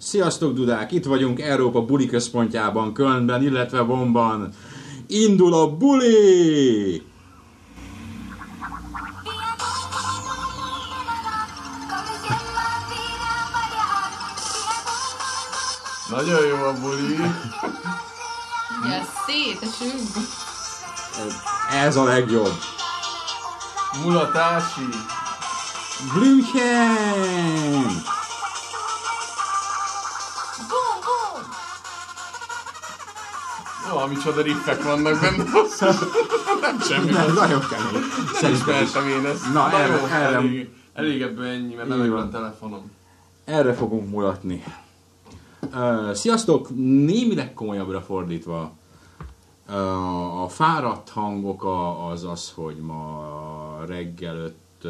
Sziasztok dudák, itt vagyunk Európa buli központjában, Kölnben, illetve Bonban. Indul a buli! Nagyon jó a buli! Ja, szétesünk! Ez a legjobb! Mulatási! Blümchen! Bum, bum! Ó, micsoda riffek vannak benne. Nem semmi. Nem, nagyon kemény. Ismertem én ezt. Na, Na erre, jó, elég ebből ennyi, mert nem van a telefonom. Erre fogunk mulatni. Sziasztok! Némileg komolyabbra fordítva. A fáradt hangok az, hogy ma reggel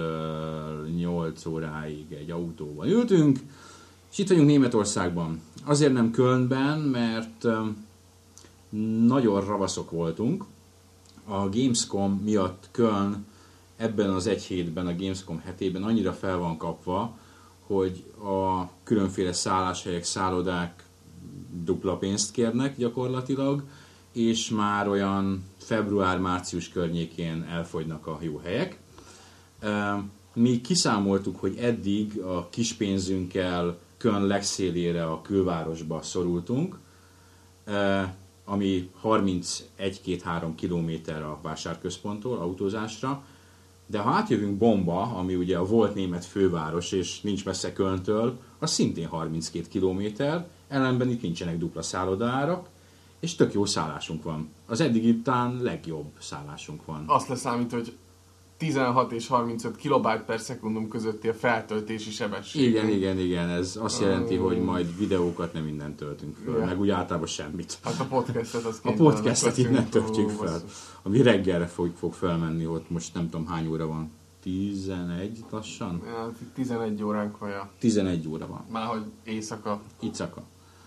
8 óráig egy autóban ültünk, és itt vagyunk Németországban. Azért nem Kölnben, mert nagyon ravaszok voltunk. A Gamescom miatt Köln ebben az egy hétben, a Gamescom hetében annyira fel van kapva, hogy a különféle szálláshelyek, szállodák dupla pénzt kérnek gyakorlatilag, és már olyan február-március környékén elfogynak a jó helyek. Mi kiszámoltuk, hogy eddig a kis pénzünkkel Köln legszélére a külvárosba szorultunk, ami 31-2-3 kilométer a vásárközponttól autózásra, de ha átjövünk Bonba, ami ugye a volt német főváros, és nincs messze Kölntől, az szintén 32 kilométer, ellenben itt nincsenek dupla szállodaárak, és tök jó szállásunk van. Az eddigi talán legjobb szállásunk van. Azt leszámít, hogy 16 és 35 kilobájt per szekundum közötti a feltöltési sebesség. Igen, ez azt jelenti, hogy majd videókat nem innen töltünk föl, meg úgy általában semmit. Hát a podcastet az a podcastet innen töltjük fel, ami reggelre fog felmenni, ott most nem tudom hány óra van. 11 lassan? Ja, 11 óránk van. 11 óra van. Már hogy éjszaka. Éjszaka.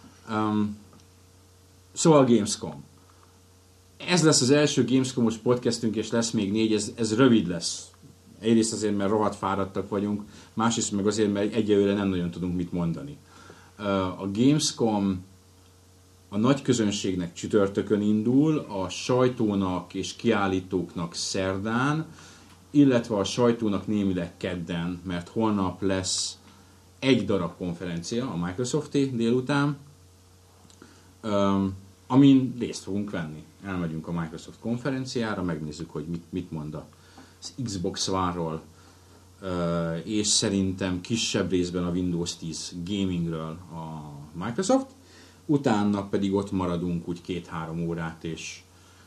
Szóval Gamescom. Ez lesz az első Gamescom-os podcastünk, és lesz még 4, ez rövid lesz. Egyrészt azért, mert rohadt fáradtak vagyunk, másrészt meg azért, mert egyelőre nem nagyon tudunk mit mondani. A Gamescom a nagy közönségnek csütörtökön indul, a sajtónak és kiállítóknak szerdán, illetve a sajtónak némileg kedden, mert holnap lesz egy darab konferencia, a Microsoft-é délután, amin részt fogunk venni. Elmegyünk a Microsoft konferenciára, megnézzük, hogy mit mond az Xbox One-ról, és szerintem kisebb részben a Windows 10 gamingről a Microsoft. Utána pedig ott maradunk úgy 2-3 órát, és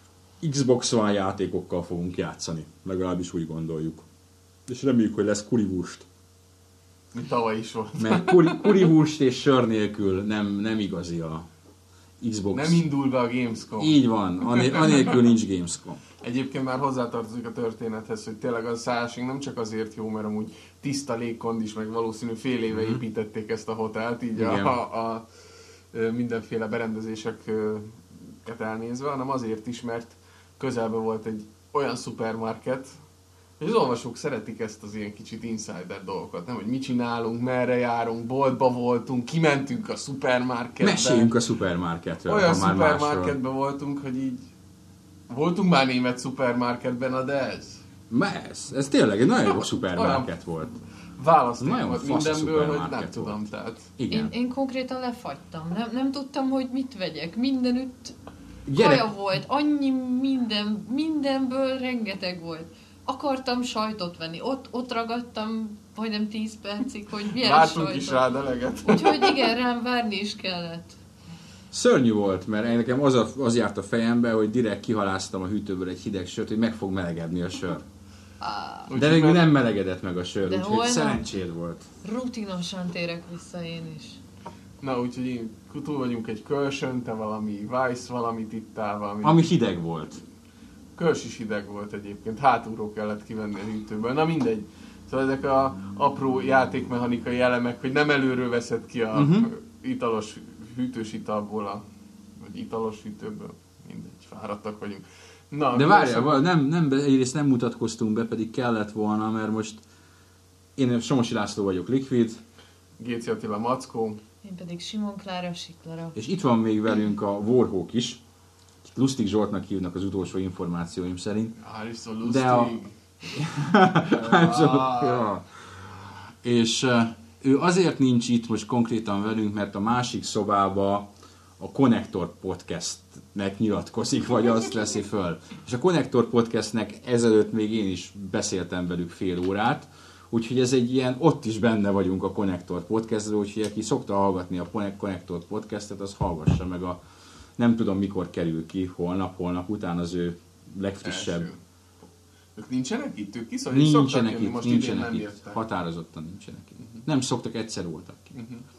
Xbox One játékokkal fogunk játszani. Legalábbis úgy gondoljuk. És reméljük, hogy lesz currywurst. Mint tavaly is volt. Mert currywurst és sör nélkül nem igazi a Xbox. Nem indul be a Gamescom. Így van, anélkül nincs Gamescom. Egyébként már hozzátartozik a történethez, hogy tényleg az szállásunk nem csak azért jó, mert amúgy tiszta légkondis, meg valószínű fél éve építették ezt a hotelt, így a mindenféle berendezéseket elnézve, hanem azért is, mert közelben volt egy olyan szupermarket, hogy az olvasók szeretik ezt az ilyen kicsit insider dolgokat, nem? Hogy mit csinálunk, merre járunk, boltba voltunk, kimentünk a szupermarketbe. Meséljünk a szupermarketről. Olyan szupermarketben voltunk, hogy így voltunk már német szupermarketben, de ez tényleg egy nagyon jó szupermarket volt. Választék volt mindenből, hogy nem tudom, tehát. Én konkrétan lefagytam. Nem tudtam, hogy mit vegyek. Mindenütt kaja volt, annyi mindenből rengeteg volt. Akartam sajtot venni. Ott ragadtam majdnem 10 percig, hogy milyen vártunk sajtot. Is rád eleget. Úgyhogy igen, rám várni is kellett. Szörnyű volt, mert nekem az járt a fejembe, hogy direkt kihaláztam a hűtőből egy hideg sört, hogy meg fog melegedni a sör. De végül nem melegedett meg a sör, úgyhogy szerencséd volt. Rutinosan térek vissza én is. Na, úgyhogy túl vagyunk egy Kölsön, te valami Weiss valamit ittál, valami... Ami hideg volt. Köls is hideg volt egyébként, hátulról kellett kivenni a hűtőből. Na mindegy. Szóval ezek a apró játékmechanikai elemek, hogy nem előről veszed ki a italos hűtős italból, vagy italos hűtőből. Mindegy, fáradtak vagyunk. Na, de várjál, egyrészt nem mutatkoztunk be, pedig kellett volna, mert most én Somosi László vagyok, Liquid. Géci Attila Mackó. Én pedig Simon Klára Siklara. És itt van még velünk a Warhawk is. Lustig Zsoltnak hívnak az utolsó információim szerint. De a... ja. És ő azért nincs itt most konkrétan velünk, mert a másik szobába a Connector Podcastnek nyilatkozik, vagy azt veszi föl. És a Connector Podcastnek ezelőtt még én is beszéltem velük fél órát, úgyhogy ez egy ilyen, ott is benne vagyunk a Connector Podcastről, úgyhogy aki szokta hallgatni a Connector Podcastet, az hallgassa meg a, nem tudom mikor kerül ki, holnap után az ő legfrissebb. Első. Ők nincsenek itt? Ők nincsenek itt, most nincsenek itt. Határozottan nincsenek itt. Nem szoktak, egyszer voltak ki.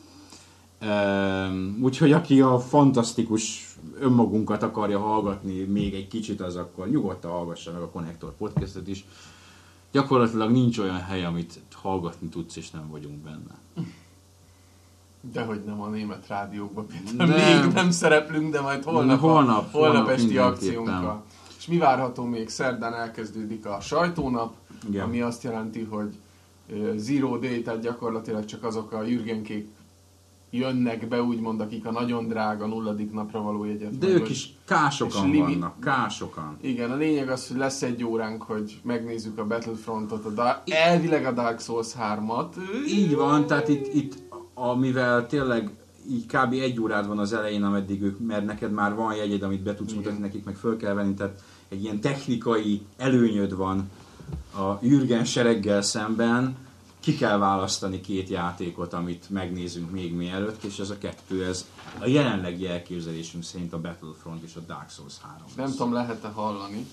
Úgyhogy aki a fantasztikus önmagunkat akarja hallgatni még egy kicsit, az akkor nyugodtan hallgassa meg a Connector Podcastet is. Gyakorlatilag nincs olyan hely, amit hallgatni tudsz, és nem vagyunk benne. Dehogy nem a német rádiókban például. Még nem szereplünk, de majd holnap esti akciónkkal. És mi várható még? Szerdán elkezdődik a sajtónap, igen. Ami azt jelenti, hogy zero day, tehát gyakorlatilag csak azok a jürgenkék jönnek be, úgymond, akik a nagyon drága nulladik napra való jegyet. De ők is kásokan vannak, kásokan. Igen, a lényeg az, hogy lesz egy óránk, hogy megnézzük a Battlefrontot, elvileg a Dark Souls 3-at. Így van, tehát itt mivel tényleg így kb. 1 órád van az elején, ameddig ők, mert neked már van jegyed, amit be tudsz mutatni nekik, meg föl kell venni, tehát egy ilyen technikai előnyöd van a Jürgen sereggel szemben, ki kell választani 2 játékot, amit megnézünk még mielőtt, és ez a 2, ez a jelenlegi elképzelésünk szerint a Battlefront és a Dark Souls 3. Nem tudom, lehet-e hallani?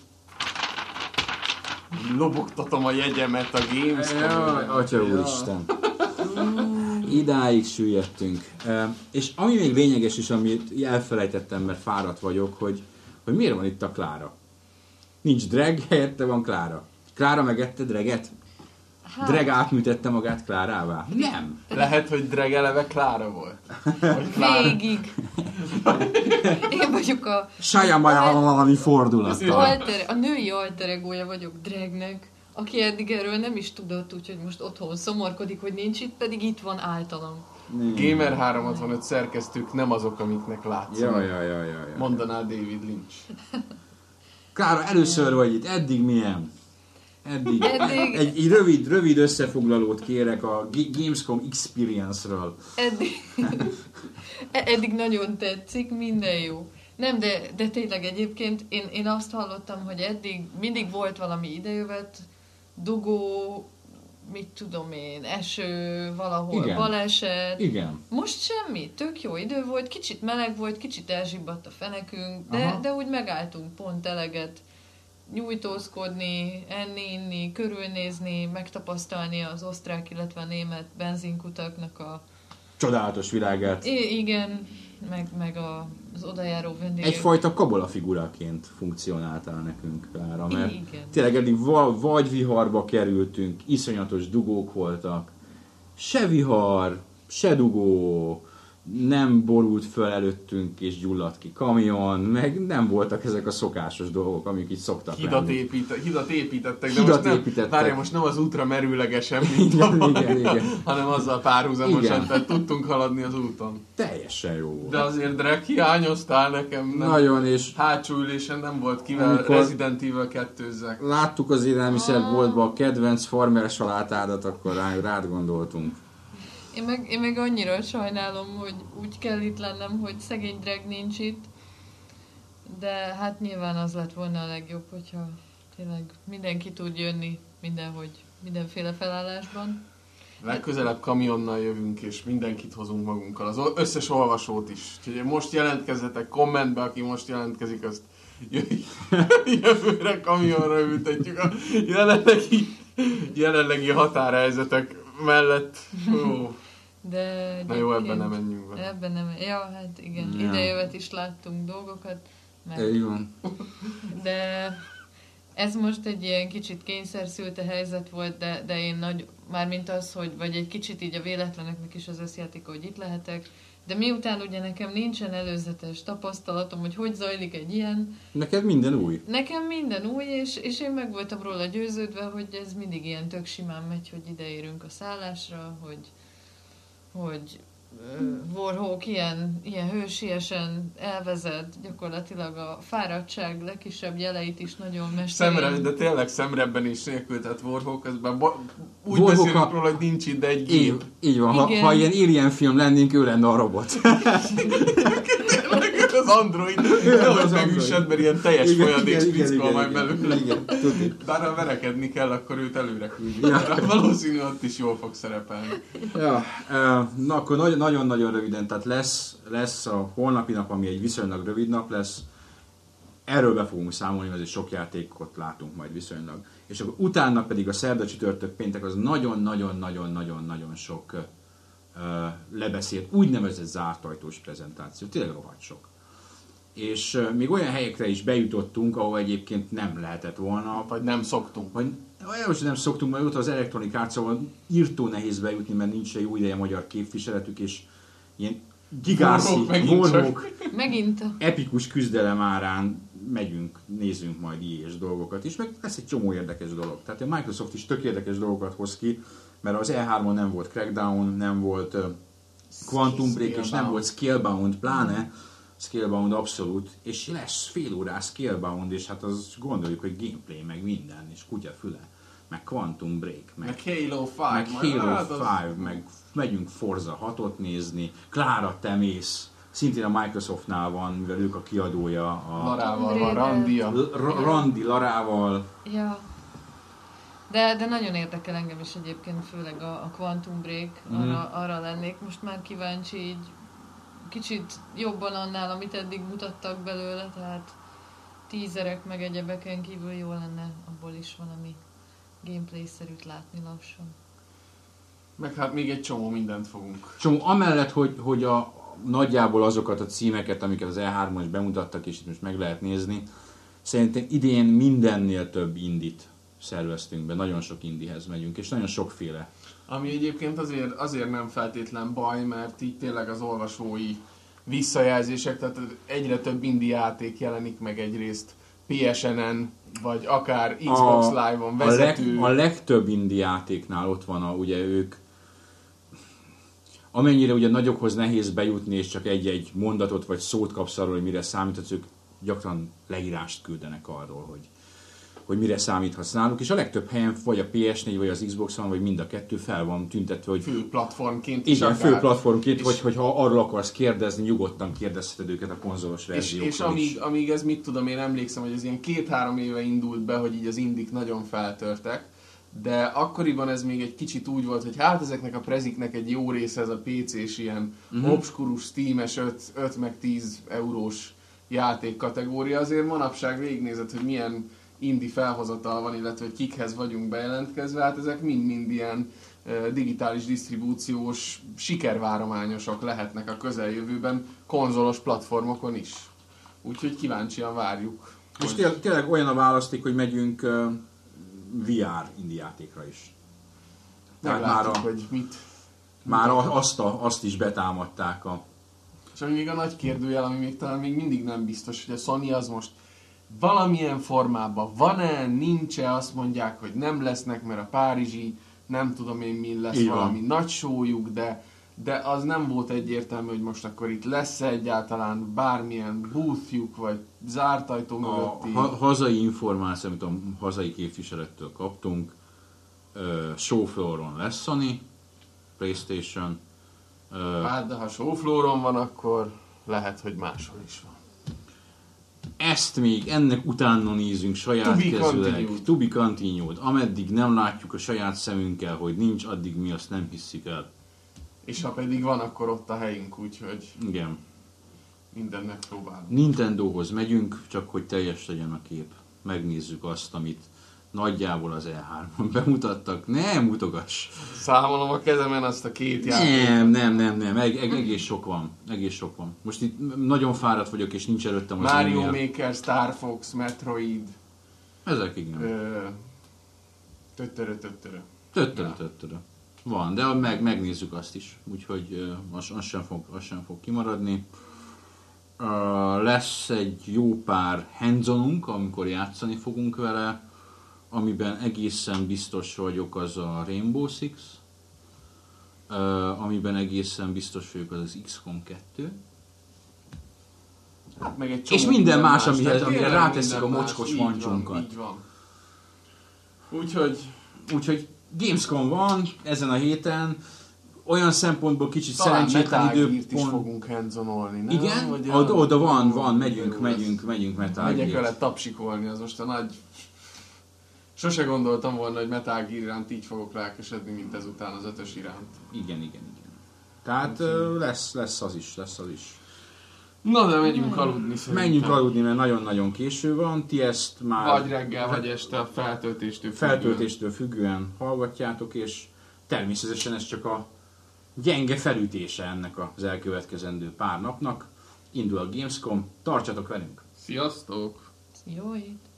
Lobogtatom a jegyemet a Gamescom. Jaj, Atya úristen. Idáig süllyedtünk. És ami még lényeges is, amit elfelejtettem, mert fáradt vagyok, hogy miért van itt a Klára? Nincs drag, helyette van Klára. Klára megette draget? Drag átműtette magát Klárává? Nem. Lehet, hogy drag eleve Klára volt. Végig. Én vagyok a... Sajjamajállalani fordulattal. A női alter egója vagyok dragnek, aki eddig erről nem is tudott, úgyhogy most otthon szomorkodik, hogy nincs itt, pedig itt van általam. Gamer 365 szerkesztők nem azok, amiknek látszanak. Ja. Mondaná David Lynch. Klára, először vagy itt, eddig milyen? Eddig. Egy rövid összefoglalót kérek a Gamescom Experience-ről. Eddig nagyon tetszik, minden jó. Nem, de tényleg egyébként én azt hallottam, hogy eddig mindig volt valami idejövet, dugó, mit tudom én, eső, valahol igen. Baleset. Igen. Most semmi, tök jó idő volt, kicsit meleg volt, kicsit elzsibbadt a fenekünk, de úgy megálltunk pont eleget nyújtózkodni, enni, inni, körülnézni, megtapasztalni az osztrák, illetve a német benzinkutaknak a csodálatos világát. Igen, meg az odajáró vendégek. Egyfajta kabola figuraként funkcionáltál nekünk, Klára, mert igen. Tényleg eddig vagy viharba kerültünk, iszonyatos dugók voltak, se vihar, se dugó, nem borult föl előttünk és gyulladt ki kamion, meg nem voltak ezek a szokásos dolgok, amik így szoktak Hidat építettek, de most nem az útra merőlegesen, mint igen. hanem azzal párhuzamosan, tehát tudtunk haladni az úton. Teljesen jó volt. De azért drag hiányoztál nekem, nem? Nagyon, és hátsó ülésen nem volt kivel Resident Evil 2-zzek. Láttuk az élelmiszerboltban a kedvenc farmer salátádat, akkor rád gondoltunk. Én meg annyira sajnálom, hogy úgy kell itt lennem, hogy szegény drag nincs itt, de hát nyilván az lett volna a legjobb, hogyha tényleg mindenki tud jönni mindenhogy, mindenféle felállásban. Legközelebb kamionnal jövünk, és mindenkit hozunk magunkkal, az összes olvasót is. Úgyhogy most jelentkezzetek kommentbe, aki most jelentkezik, azt jövőre kamionra ültetjük a jelenlegi határhelyzetek mellett. De na jó, ebben nem menjünk be. Ebben nem, ja, hát igen, idejövet is láttunk dolgokat. De ez most egy ilyen kicsit kényszerszülte helyzet volt, de én mármint az, hogy vagy egy kicsit így a véletleneknek is az összjátéka, hogy itt lehetek, de miután ugye nekem nincsen előzetes tapasztalatom, hogy zajlik egy ilyen... Neked minden új? Nekem minden új, és én meg voltam róla győződve, hogy ez mindig ilyen tök simán megy, hogy ideérünk a szállásra, hogy Warhawk ilyen hősiesen elvezet, gyakorlatilag a fáradtság legkisebb jeleit is nagyon mesterén. De tényleg szemrebbenés nélkül, tehát Warhawk, közben úgy beszélünk róla, hogy nincs itt egy gép. Így van, ha ilyen Alien film lennénk, ő lenne a robot. Az android, nehogy megüssed, mert ilyen teljes folyadékspickol majd belőle. Bár ha verekedni kell, akkor őt előre küldjük. Valószínű, ott is jól fog szerepelni. Ja, na akkor nagyon-nagyon röviden, tehát lesz a holnapi nap, ami egy viszonylag rövid nap lesz. Erről be fogunk számolni, mert sok játékot látunk majd viszonylag. És akkor utána pedig a szerda, csütörtök, péntek az nagyon-nagyon-nagyon-nagyon-nagyon sok lebeszélt, úgynevezett zárt ajtós prezentáció. Tényleg rohadt sok. És még olyan helyekre is bejutottunk, ahol egyébként nem lehetett volna. Vagy nem szoktunk. Vagy most nem szoktunk, mert ott az Electronic Arts, ahol írtó nehéz bejutni, mert nincs egy jó ideje magyar képviseletük, és ilyen gigászi, Warhawk, epikus küzdelem árán megyünk, nézzünk majd ilyes dolgokat is, meg lesz egy csomó érdekes dolog. Tehát a Microsoft is tök érdekes dolgokat hoz ki, mert az E3-on nem volt Crackdown, nem volt Quantum Break, és nem volt Scalebound, pláne Scalebound abszolút, és lesz fél órás Scalebound, és hát az gondoljuk, hogy gameplay, meg minden, és kutyafüle, meg Quantum Break, meg Halo 5, meg megyünk Forza 6-ot nézni, Klára, te mész, szintén a Microsoftnál van, mivel ők a kiadója. Larával van, Randy Larával. Ja. De nagyon érdekel engem is egyébként, főleg a Quantum Break, arra lennék most már kíváncsi, így kicsit jobban annál, amit eddig mutattak belőle, tehát tízerek meg egyebeken kívül jó lenne abból is valami gameplay-szerűt látni lassan. Meg hát még egy csomó mindent fogunk. Amellett, hogy nagyjából azokat a címeket, amiket az E3-on is bemutattak, és itt most meg lehet nézni, szerintem idén mindennél több indit szerveztünk be, nagyon sok indihez megyünk, és nagyon sokféle. Ami egyébként azért nem feltétlen baj, mert így tényleg az olvasói visszajelzések, tehát egyre több indie játék jelenik meg egyrészt PSN-en, vagy akár Xbox Live-on vezető. A legtöbb indie játéknál ott van ugye ők, amennyire ugye nagyokhoz nehéz bejutni, és csak egy-egy mondatot vagy szót kapsz arról, hogy mire számíthatsz, ők gyakran leírást küldenek arról, hogy mire számíthatsz náluk, és a legtöbb helyen vagy a PS4, vagy az Xbox-on, vagy mind a kettő fel van tüntetve, hogy fő platformként is. Igen, fő platformként, vagy ha arról akarsz kérdezni, nyugodtan kérdezheted őket a konzolos verziókról és amíg ez, mit tudom, én emlékszem, hogy ez ilyen 2-3 éve indult be, hogy így az indik nagyon feltörtek, de akkoriban ez még egy kicsit úgy volt, hogy hát ezeknek a preziknek egy jó része ez a PC-s ilyen obskurus, Steam-es 5 meg 10 eurós játék kategória. Azért manapság végignézed, hogy milyen indie felhozatal van, illetve hogy kikhez vagyunk bejelentkezve, hát ezek mind-mind ilyen digitális disztribúciós sikervárományosok lehetnek a közeljövőben, konzolos platformokon is. Úgyhogy kíváncsian várjuk. És tényleg olyan a választék, hogy megyünk VR indie játékra is. Meglátjuk, hogy mit. Már azt is betámadták És ami még a nagy kérdőjel, ami még talán még mindig nem biztos, hogy a Sony az most valamilyen formában van-e, nincs-e, azt mondják, hogy nem lesznek, mert a párizsi, nem tudom én mi lesz, valami nagy showjuk, de az nem volt egyértelmű, hogy most akkor itt lesz egyáltalán bármilyen boothjuk, vagy zárt ajtó mögötti. A hazai információ, amit a hazai képviselettől kaptunk, showflooron lesz Sony, PlayStation. Hát de ha showflooron van, akkor lehet, hogy máshol is van. Ezt még ennek utána nézünk saját kezűleg. To be continued. Ameddig nem látjuk a saját szemünkkel, hogy nincs, addig mi azt nem hisszük el. És ha pedig van, akkor ott a helyünk, úgyhogy igen. Mindent megpróbálunk. Nintendohoz megyünk, csak hogy teljes legyen a kép. Megnézzük azt, amit nagyjából az E3-on bemutattak. Nem mutogass! Számolom a kezemen azt a 2 játékot. Nem. Egész sok van. Most itt nagyon fáradt vagyok, és nincs előttem az Mario Maker, Star Fox, Metroid. Ezek igen. Töttörö. Van, de megnézzük azt is. Úgyhogy az sem fog kimaradni. Lesz egy jó pár hands-onunk, amikor játszani fogunk vele, amiben egészen biztos vagyok, az a Rainbow Six. amiben egészen biztos vagyok, az XCOM 2. Meg egy és minden más, amire ráteszik a mocskos mancsunkat. Így van. Úgyhogy Gamescom van ezen a héten, olyan szempontból kicsit talán szerencsétlen időpont. is fogunk handzonolni, nem? Igen, oda van, megyünk Metal Gear. Megyek vele tapsikolni, az most a nagy... Sose gondoltam volna, hogy Metal Gear iránt így fogok lelkesedni, mint ezután az 5-ös iránt. Igen. Tehát lesz az is. Na, de menjünk aludni szerintem. Menjünk aludni, mert nagyon-nagyon késő van. Ti ezt már... Vagy reggel, vagy este a feltöltéstől függően hallgatjátok, és természetesen ez csak a gyenge felütése ennek az elkövetkezendő pár napnak. Indul a Gamescom, tartsatok velünk! Sziasztok! Jó hét!